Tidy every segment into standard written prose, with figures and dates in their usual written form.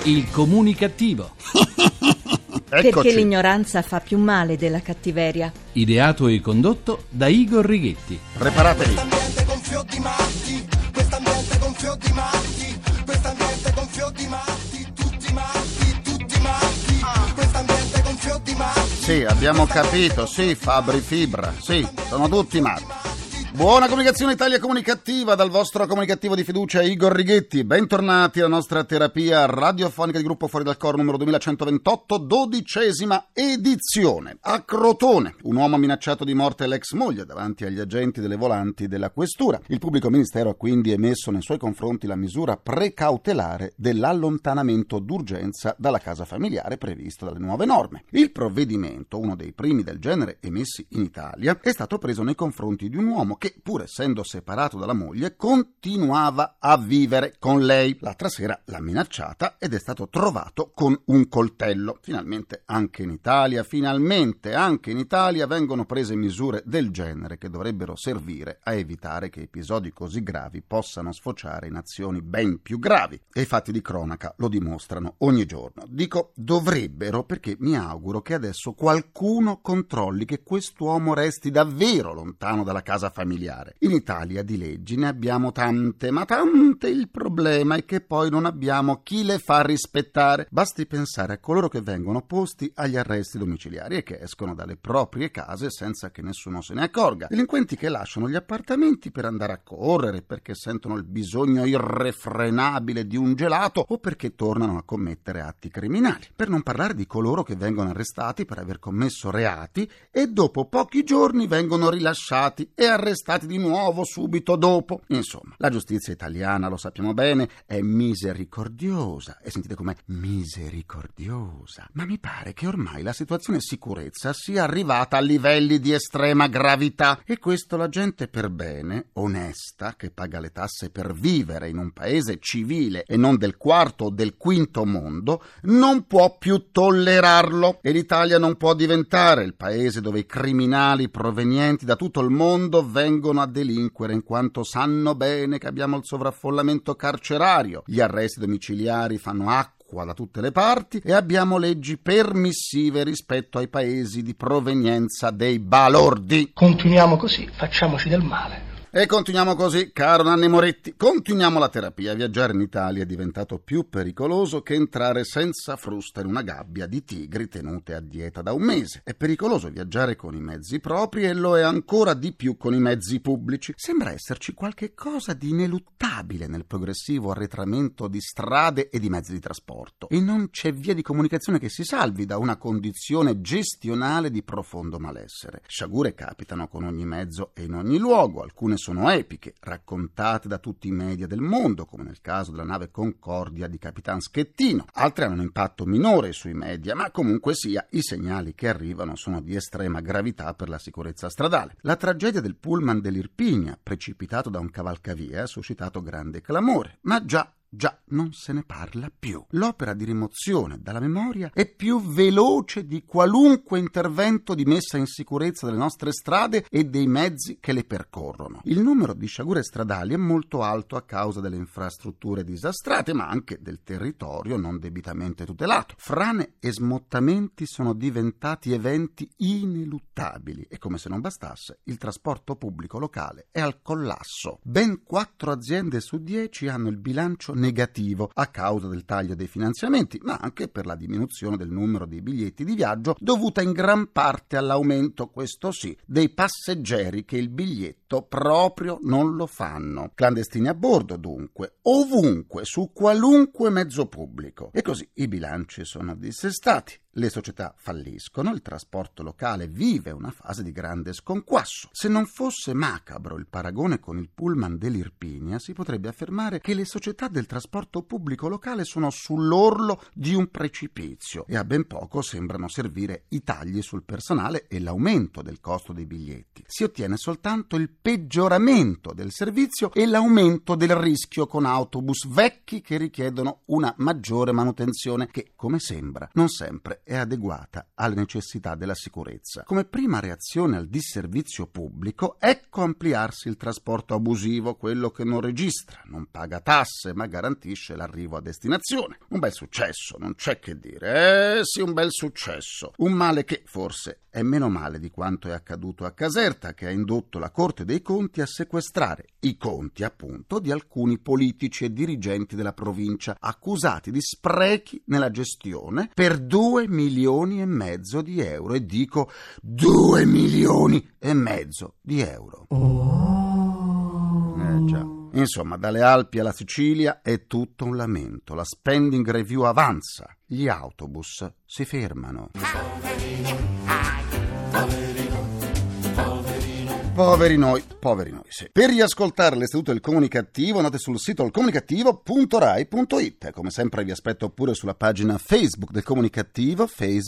Il comunicativo. Perché l'ignoranza fa più male della cattiveria. Ideato e condotto da Igor Righetti. Preparatevi. Quest'ambiente gonfio di matti, quest'ambiente gonfio di matti, quest'ambiente gonfio di matti, tutti matti, quest'ambiente gonfio di matti. Sì, abbiamo capito, sì, Fabri Fibra, sì, sono tutti matti. Buona comunicazione Italia comunicativa dal vostro comunicativo di fiducia Igor Righetti. Bentornati alla nostra terapia radiofonica di Gruppo Fuori dal Coro numero 2128, 12ª edizione. A Crotone, un uomo minacciato di morte e l'ex moglie davanti agli agenti delle volanti della questura. Il pubblico ministero ha quindi emesso nei suoi confronti la misura precautelare dell'allontanamento d'urgenza dalla casa familiare prevista dalle nuove norme. Il provvedimento, uno dei primi del genere emessi in Italia, è stato preso nei confronti di un uomo che, pur essendo separato dalla moglie, continuava a vivere con lei. L'altra sera l'ha minacciata ed è stato trovato con un coltello. Finalmente anche in Italia vengono prese misure del genere che dovrebbero servire a evitare che episodi così gravi possano sfociare in azioni ben più gravi. E i fatti di cronaca lo dimostrano ogni giorno. Dico dovrebbero perché mi auguro che adesso qualcuno controlli che quest'uomo resti davvero lontano dalla casa familiare. In Italia di leggi ne abbiamo tante, ma tante. Il problema è che poi non abbiamo chi le fa rispettare. Basti pensare a coloro che vengono posti agli arresti domiciliari e che escono dalle proprie case senza che nessuno se ne accorga. Delinquenti che lasciano gli appartamenti per andare a correre, perché sentono il bisogno irrefrenabile di un gelato o perché tornano a commettere atti criminali. Per non parlare di coloro che vengono arrestati per aver commesso reati e dopo pochi giorni vengono rilasciati e arrestati di nuovo subito dopo. Insomma, la giustizia italiana, lo sappiamo bene, è misericordiosa. E sentite com'è misericordiosa. Ma mi pare che ormai la situazione sicurezza sia arrivata a livelli di estrema gravità. E questo la gente per bene, onesta, che paga le tasse per vivere in un paese civile e non del quarto o del quinto mondo, non può più tollerarlo. E l'Italia non può diventare il paese dove i criminali provenienti da tutto il mondo vengono a delinquere in quanto sanno bene che abbiamo il sovraffollamento carcerario, gli arresti domiciliari fanno acqua da tutte le parti e abbiamo leggi permissive rispetto ai paesi di provenienza dei balordi. Continuiamo così, facciamoci del male. E continuiamo così, caro Nanni Moretti, continuiamo la terapia. Viaggiare in Italia è diventato più pericoloso che entrare senza frusta in una gabbia di tigri tenute a dieta da un mese. È pericoloso viaggiare con i mezzi propri e lo è ancora di più con i mezzi pubblici. Sembra esserci qualche cosa di ineluttabile nel progressivo arretramento di strade e di mezzi di trasporto. E non c'è via di comunicazione che si salvi da una condizione gestionale di profondo malessere. Sciagure capitano con ogni mezzo e in ogni luogo, alcune sono epiche, raccontate da tutti i media del mondo, come nel caso della nave Concordia di Capitan Schettino. Altre hanno un impatto minore sui media, ma comunque sia, i segnali che arrivano sono di estrema gravità per la sicurezza stradale. La tragedia del pullman dell'Irpinia, precipitato da un cavalcavia, ha suscitato grande clamore, ma già non se ne parla più. L'opera di rimozione dalla memoria è più veloce di qualunque intervento di messa in sicurezza delle nostre strade e dei mezzi che le percorrono. Il numero di sciagure stradali è molto alto a causa delle infrastrutture disastrate, ma anche del territorio non debitamente tutelato. Frane e smottamenti sono diventati eventi ineluttabili e, come se non bastasse, il trasporto pubblico locale è al collasso. Ben 4 aziende su 10 hanno il bilancio negativo a causa del taglio dei finanziamenti, ma anche per la diminuzione del numero dei biglietti di viaggio dovuta in gran parte all'aumento, questo sì, dei passeggeri che il biglietto proprio non lo fanno. Clandestini a bordo dunque, ovunque, su qualunque mezzo pubblico. E così i bilanci sono dissestati. Le società falliscono, il trasporto locale vive una fase di grande sconquasso. Se non fosse macabro il paragone con il pullman dell'Irpinia, si potrebbe affermare che le società del trasporto pubblico locale sono sull'orlo di un precipizio e a ben poco sembrano servire i tagli sul personale e l'aumento del costo dei biglietti. Si ottiene soltanto il peggioramento del servizio e l'aumento del rischio con autobus vecchi che richiedono una maggiore manutenzione che, come sembra, non sempre è adeguata alle necessità della sicurezza. Come prima reazione al disservizio pubblico, ecco ampliarsi il trasporto abusivo, quello che non registra, non paga tasse ma garantisce l'arrivo a destinazione. Un bel successo, non c'è che dire. Sì, un bel successo. Un male che forse è meno male di quanto è accaduto a Caserta, che ha indotto la Corte dei Conti a sequestrare i conti, appunto, di alcuni politici e dirigenti della provincia accusati di sprechi nella gestione per 2,5 milioni di euro. E dico 2,5 milioni di euro. Già. Insomma, dalle Alpi alla Sicilia è tutto un lamento. La spending review avanza, gli autobus si fermano. Poveri noi, sì. Per riascoltare l'istituto del comunicativo andate sul sito ilcomunicativo.rai.it. Come sempre vi aspetto pure sulla pagina Facebook del comunicativo,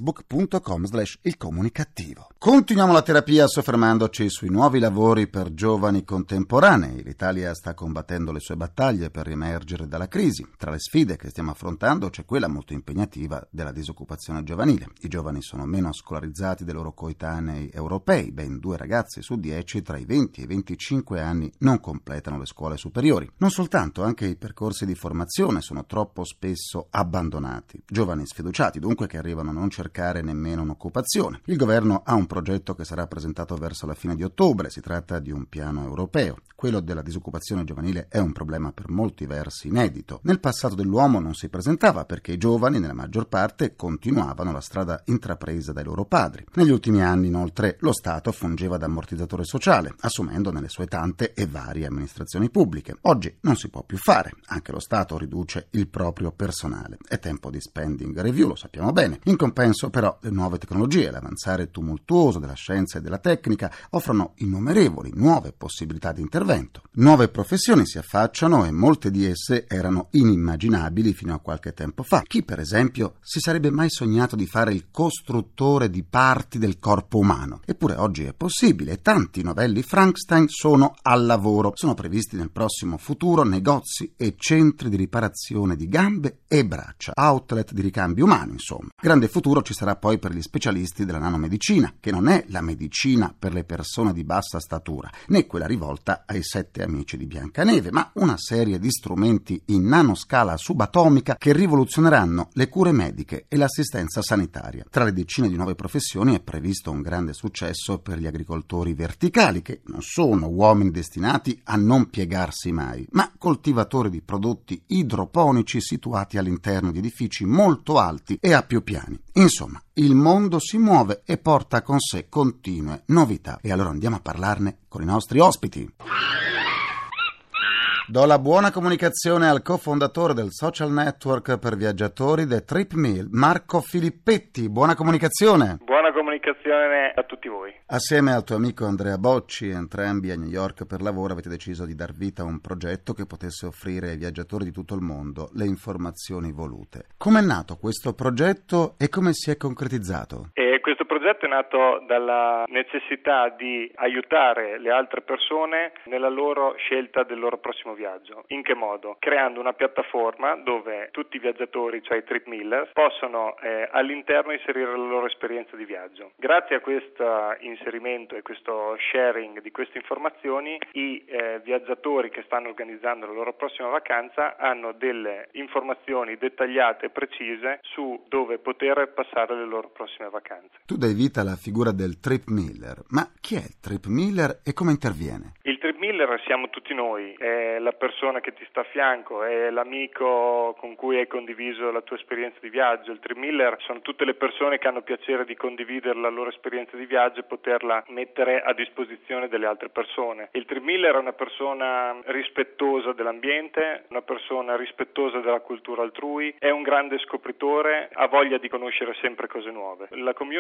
facebook.com/ilcomunicativo. Continuiamo la terapia soffermandoci sui nuovi lavori per giovani contemporanei. L'Italia sta combattendo le sue battaglie per riemergere dalla crisi. Tra le sfide che stiamo affrontando c'è quella molto impegnativa della disoccupazione giovanile. I giovani sono meno scolarizzati dei loro coetanei europei. Ben 2 ragazzi su 10 tra i 20 e i 25 anni non completano le scuole superiori. Non soltanto, anche i percorsi di formazione sono troppo spesso abbandonati. Giovani sfiduciati, dunque, che arrivano a non cercare nemmeno un'occupazione. Il governo ha un progetto che sarà presentato verso la fine di ottobre. Si tratta di un piano europeo. Quello della disoccupazione giovanile è un problema per molti versi inedito. Nel passato dell'uomo non si presentava perché i giovani, nella maggior parte, continuavano la strada intrapresa dai loro padri. Negli ultimi anni, inoltre, lo Stato fungeva da ammortizzatore sociale, assumendo nelle sue tante e varie amministrazioni pubbliche. Oggi non si può più fare, anche lo Stato riduce il proprio personale. È tempo di spending review, lo sappiamo bene. In compenso, però, le nuove tecnologie, l'avanzare tumultuoso della scienza e della tecnica offrono innumerevoli nuove possibilità di intervento. Nuove professioni si affacciano e molte di esse erano inimmaginabili fino a qualche tempo fa. Chi, per esempio, si sarebbe mai sognato di fare il costruttore di parti del corpo umano? Eppure oggi è possibile e tanti novelli Frankenstein sono al lavoro. Sono previsti nel prossimo futuro negozi e centri di riparazione di gambe e braccia, outlet di ricambi umani, insomma. Grande futuro ci sarà poi per gli specialisti della nanomedicina, che non è la medicina per le persone di bassa statura, né quella rivolta ai 7 amici di Biancaneve, ma una serie di strumenti in nanoscala subatomica che rivoluzioneranno le cure mediche e l'assistenza sanitaria. Tra le decine di nuove professioni è previsto un grande successo per gli agricoltori verticali, che non sono uomini destinati a non piegarsi mai, ma coltivatori di prodotti idroponici situati all'interno di edifici molto alti e a più piani. Insomma, il mondo si muove e porta con sé continue novità. E allora andiamo a parlarne con i nostri ospiti. Do la buona comunicazione al cofondatore del social network per viaggiatori The TripMill, Marco Filippetti. Buona comunicazione. Buona comunicazione a tutti voi. Assieme al tuo amico Andrea Bocci, entrambi a New York per lavoro, avete deciso di dar vita a un progetto che potesse offrire ai viaggiatori di tutto il mondo le informazioni volute. Come è nato questo progetto e come si è concretizzato? Questo progetto è nato dalla necessità di aiutare le altre persone nella loro scelta del loro prossimo viaggio. In che modo? Creando una piattaforma dove tutti i viaggiatori, cioè i trip millers, possono all'interno inserire la loro esperienza di viaggio. Grazie a questo inserimento e questo sharing di queste informazioni, i viaggiatori che stanno organizzando la loro prossima vacanza hanno delle informazioni dettagliate e precise su dove poter passare le loro prossime vacanze. Tu dai vita alla figura del trip miller, ma chi è il trip miller e come interviene? Il trip miller siamo tutti noi, è la persona che ti sta a fianco, è l'amico con cui hai condiviso la tua esperienza di viaggio. Il trip miller sono tutte le persone che hanno piacere di condividere la loro esperienza di viaggio e poterla mettere a disposizione delle altre persone. Il trip miller è una persona rispettosa dell'ambiente, una persona rispettosa della cultura altrui, è un grande scopritore, ha voglia di conoscere sempre cose nuove. La community l'aiuta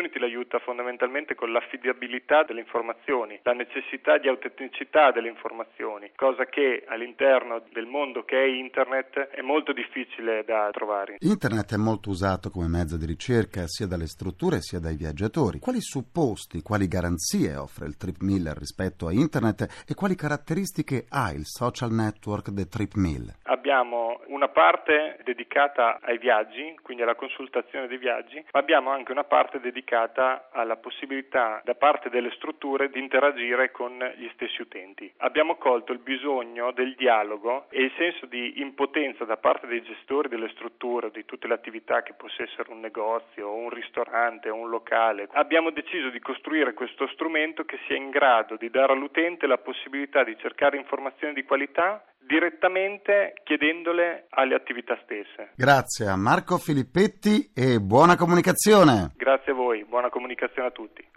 aiuta fondamentalmente con l'affidabilità delle informazioni, la necessità di autenticità delle informazioni, cosa che all'interno del mondo che è internet è molto difficile da trovare. Internet è molto usato come mezzo di ricerca sia dalle strutture sia dai viaggiatori. Quali supposti, quali garanzie offre il TripMill rispetto a internet e quali caratteristiche ha il social network del TripMill? Abbiamo una parte dedicata ai viaggi, quindi alla consultazione dei viaggi, ma abbiamo anche una parte dedicata alla possibilità da parte delle strutture di interagire con gli stessi utenti. Abbiamo colto il bisogno del dialogo e il senso di impotenza da parte dei gestori delle strutture, di tutte le attività che possa essere un negozio, un ristorante, un locale. Abbiamo deciso di costruire questo strumento che sia in grado di dare all'utente la possibilità di cercare informazioni di qualità direttamente chiedendole alle attività stesse. Grazie a Marco Filippetti e buona comunicazione. Grazie a voi, buona comunicazione a tutti.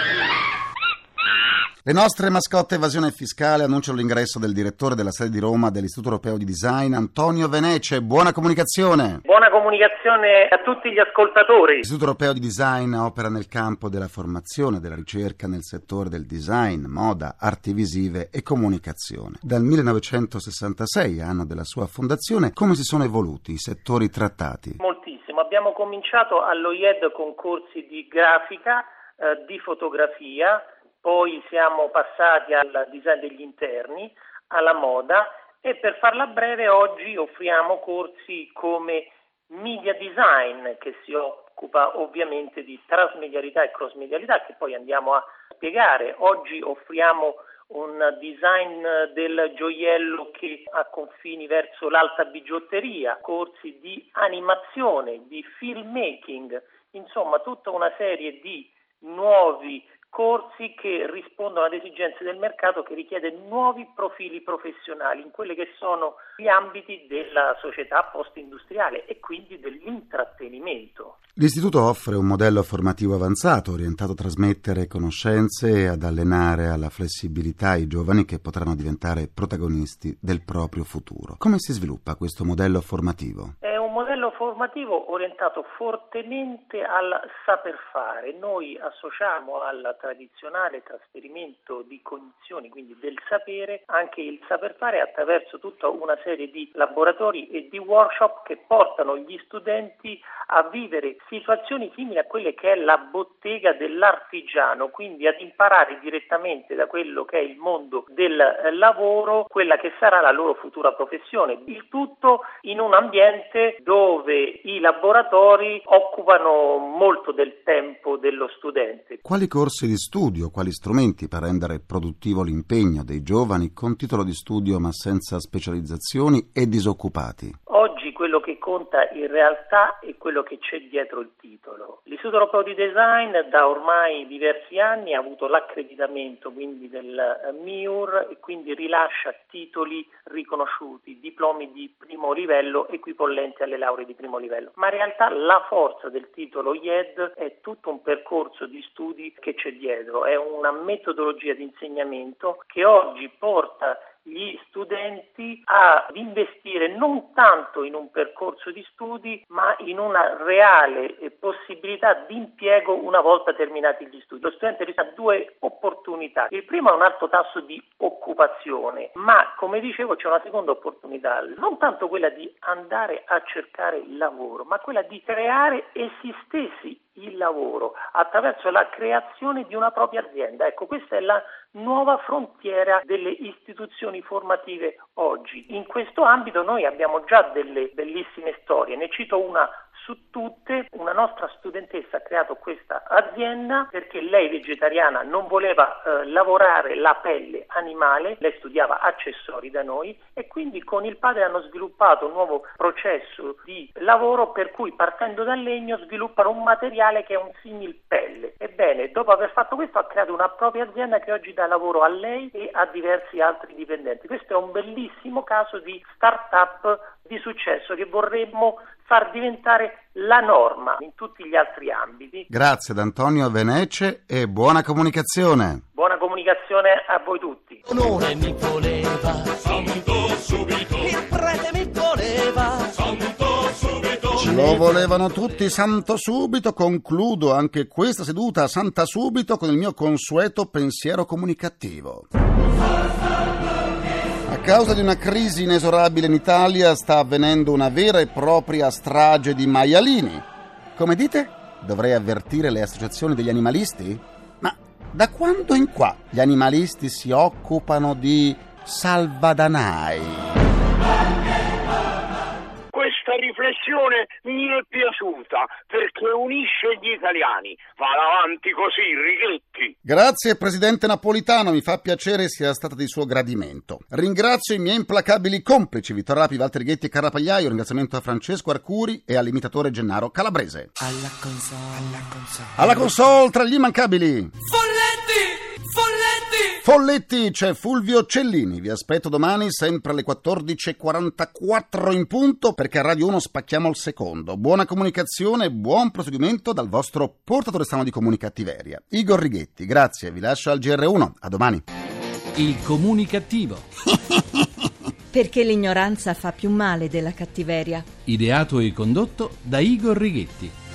Le nostre mascotte evasione fiscale annunciano l'ingresso del direttore della sede di Roma dell'Istituto Europeo di Design, Antonio Venece. Buona comunicazione. Buona comunicazione a tutti gli ascoltatori. L'Istituto Europeo di Design opera nel campo della formazione, della ricerca nel settore del design, moda, arti visive e comunicazione. Dal 1966, anno della sua fondazione, come si sono evoluti i settori trattati? Moltissimo. Abbiamo cominciato all'OIED con corsi di grafica, di fotografia, poi siamo passati al design degli interni, alla moda e per farla breve oggi offriamo corsi come media design che si occupa ovviamente di trasmedialità e crossmedialità che poi andiamo a spiegare. Oggi offriamo un design del gioiello che ha confini verso l'alta bigiotteria, corsi di animazione, di filmmaking, insomma tutta una serie di nuovi corsi che rispondono ad esigenze del mercato che richiede nuovi profili professionali in quelli che sono gli ambiti della società post-industriale e quindi dell'intrattenimento. L'Istituto offre un modello formativo avanzato orientato a trasmettere conoscenze e ad allenare alla flessibilità i giovani che potranno diventare protagonisti del proprio futuro. Come si sviluppa questo modello formativo? È un modello formativo orientato fortemente al saper fare. Noi associamo al tradizionale trasferimento di cognizioni, quindi del sapere, anche il saper fare attraverso tutta una serie di laboratori e di workshop che portano gli studenti a vivere situazioni simili a quelle che è la bottega dell'artigiano, quindi ad imparare direttamente da quello che è il mondo del lavoro quella che sarà la loro futura professione. Il tutto in un ambiente dove i laboratori occupano molto del tempo dello studente. Quali corsi di studio, quali strumenti per rendere produttivo l'impegno dei giovani con titolo di studio ma senza specializzazioni e disoccupati? Oggi quello che conta in realtà è quello che c'è dietro il titolo. L'Istituto Europeo di Design da ormai diversi anni ha avuto l'accreditamento quindi del MIUR e quindi rilascia titoli riconosciuti, diplomi di primo livello equipollenti alle lauree di primo livello. Ma in realtà la forza del titolo IED è tutto un percorso di studi che c'è dietro, è una metodologia di insegnamento che oggi porta gli studenti ad investire non tanto in un percorso di studi ma in una reale possibilità di impiego una volta terminati gli studi. Lo studente ha due opportunità. Il primo è un alto tasso di occupazione, ma come dicevo c'è una seconda opportunità, non tanto quella di andare a cercare il lavoro, ma quella di creare essi stessi il lavoro attraverso la creazione di una propria azienda. Ecco, questa è la nuova frontiera delle istituzioni formative oggi. In questo ambito noi abbiamo già delle bellissime storie, ne cito una su tutte. Una nostra studentessa ha creato questa azienda perché lei vegetariana non voleva lavorare la pelle animale, lei studiava accessori da noi e quindi con il padre hanno sviluppato un nuovo processo di lavoro per cui partendo dal legno sviluppano un materiale che è un simil pelle. Ebbene, dopo aver fatto questo ha creato una propria azienda che oggi dà lavoro a lei e a diversi altri dipendenti. Questo è un bellissimo caso di start-up di successo che vorremmo far diventare la norma in tutti gli altri ambiti. Grazie ad Antonio Venece e buona comunicazione. Buona comunicazione a voi tutti. Onore mi voleva, santo subito. Il prete mi voleva, santo subito. Lo volevano tutti santo subito. Concludo anche questa seduta santa subito con il mio consueto pensiero comunicativo. A causa di una crisi inesorabile in Italia sta avvenendo una vera e propria strage di maialini. Come dite? Dovrei avvertire le associazioni degli animalisti? Ma da quando in qua gli animalisti si occupano di salvadanai? Questa riflessione mi è piaciuta perché unisce gli italiani. Va avanti così, Righetti. Grazie, Presidente Napolitano, mi fa piacere sia stata di suo gradimento. Ringrazio i miei implacabili complici Vittorio Rapi, Walter Righetti e Carla Pagliaio. Un ringraziamento a Francesco Arcuri e all'imitatore Gennaro Calabrese. Alla console tra gli immancabili Folletti, c'è Fulvio Cellini. Vi aspetto domani sempre alle 14.44 in punto, perché a Radio 1 spacchiamo il secondo. Buona comunicazione e buon proseguimento dal vostro portatore strano di comunicattiveria, Igor Righetti. Grazie, vi lascio al GR1. A domani. Il comunicativo. Perché l'ignoranza fa più male della cattiveria. Ideato e condotto da Igor Righetti.